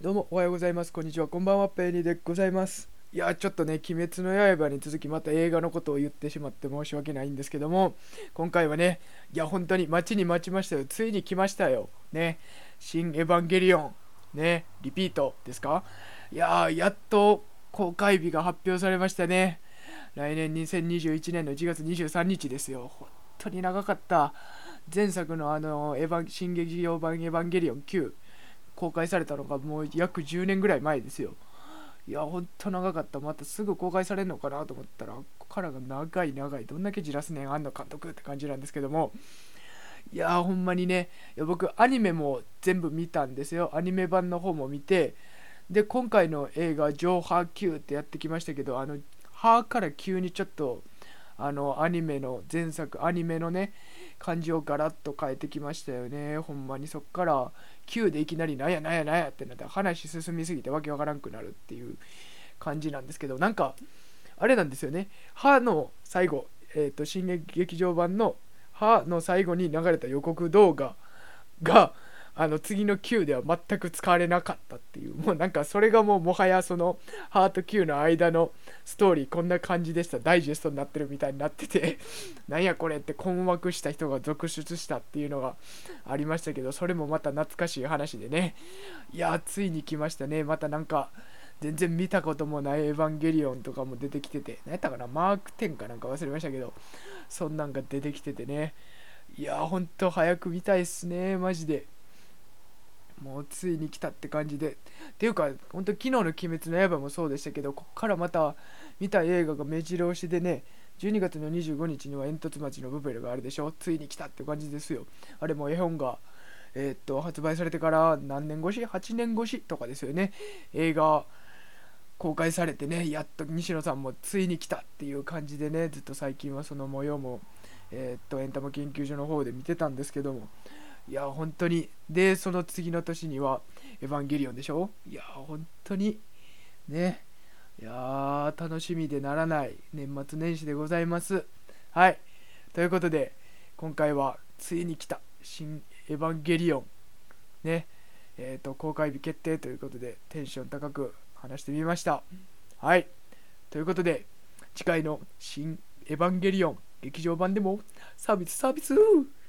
どうもおはようございます。こんにちは。こんばんは。ペイニーでございます。いや、ちょっとね、鬼滅の刃に続きまた映画のことを言ってしまって申し訳ないんですけども、今回はね、いや、本当に待ちに待ちましたよ。ついに来ましたよ。ね、新エヴァンゲリオン。ね、リピートですか？いややっと公開日が発表されましたね。来年2021年の1月23日ですよ。本当に長かった。前作の新劇場版エヴァンゲリオン9公開されたのがもう約10年ぐらい前ですよ。いや、ほんと長かった。またすぐ公開されるのかなと思ったら、ここからが長い長い。どんだけじらすねんあんの監督って感じなんですけども。いやほんまにね、いや僕アニメも全部見たんですよ。アニメ版の方も見て、で、今回の映画、ジョーハー Q ってやってきましたけど、ハーから急にちょっと、アニメの前作、アニメのね、感じをガラッと変えてきましたよね。ほんまにそっから Q でいきなりなんやなんやなんやってなって話進みすぎてわけわからんくなるっていう感じなんですけど、なんかあれなんですよね。歯の最後、新劇場版の歯の最後に流れた予告動画が次の Q では全く使われなかったっていう、もうなんかそれがもうもはやそのハート Q の間のストーリーこんな感じでした、ダイジェストになってるみたいになっててなんやこれって困惑した人が続出したっていうのがありましたけど、それもまた懐かしい話でね。いやついに来ましたね。またなんか全然見たこともないエヴァンゲリオンとかも出てきてて、何やったかな、マーク10かなんか忘れましたけど、そんなんが出てきててね。いやほんと早く見たいっすね、マジで。もうついに来たって感じで。っていうか、本当昨日の「鬼滅の刃」もそうでしたけど、こっからまた見た映画が目白押しでね、12月の25日には煙突町のブペルがあるでしょ。ついに来たって感じですよ。あれも絵本が、発売されてから何年越し？ 8 年越しとかですよね。映画公開されてね、やっと西野さんもついに来たっていう感じでね、ずっと最近はその模様も、エンタメ研究所の方で見てたんですけども、いや本当に。でその次の年にはエヴァンゲリオンでしょ。いや本当にね。いや楽しみでならない年末年始でございます。はい、ということで今回はついに来た新エヴァンゲリオンね、公開日決定ということでテンション高く話してみました。はい、ということで次回の新エヴァンゲリオン劇場版でもサービス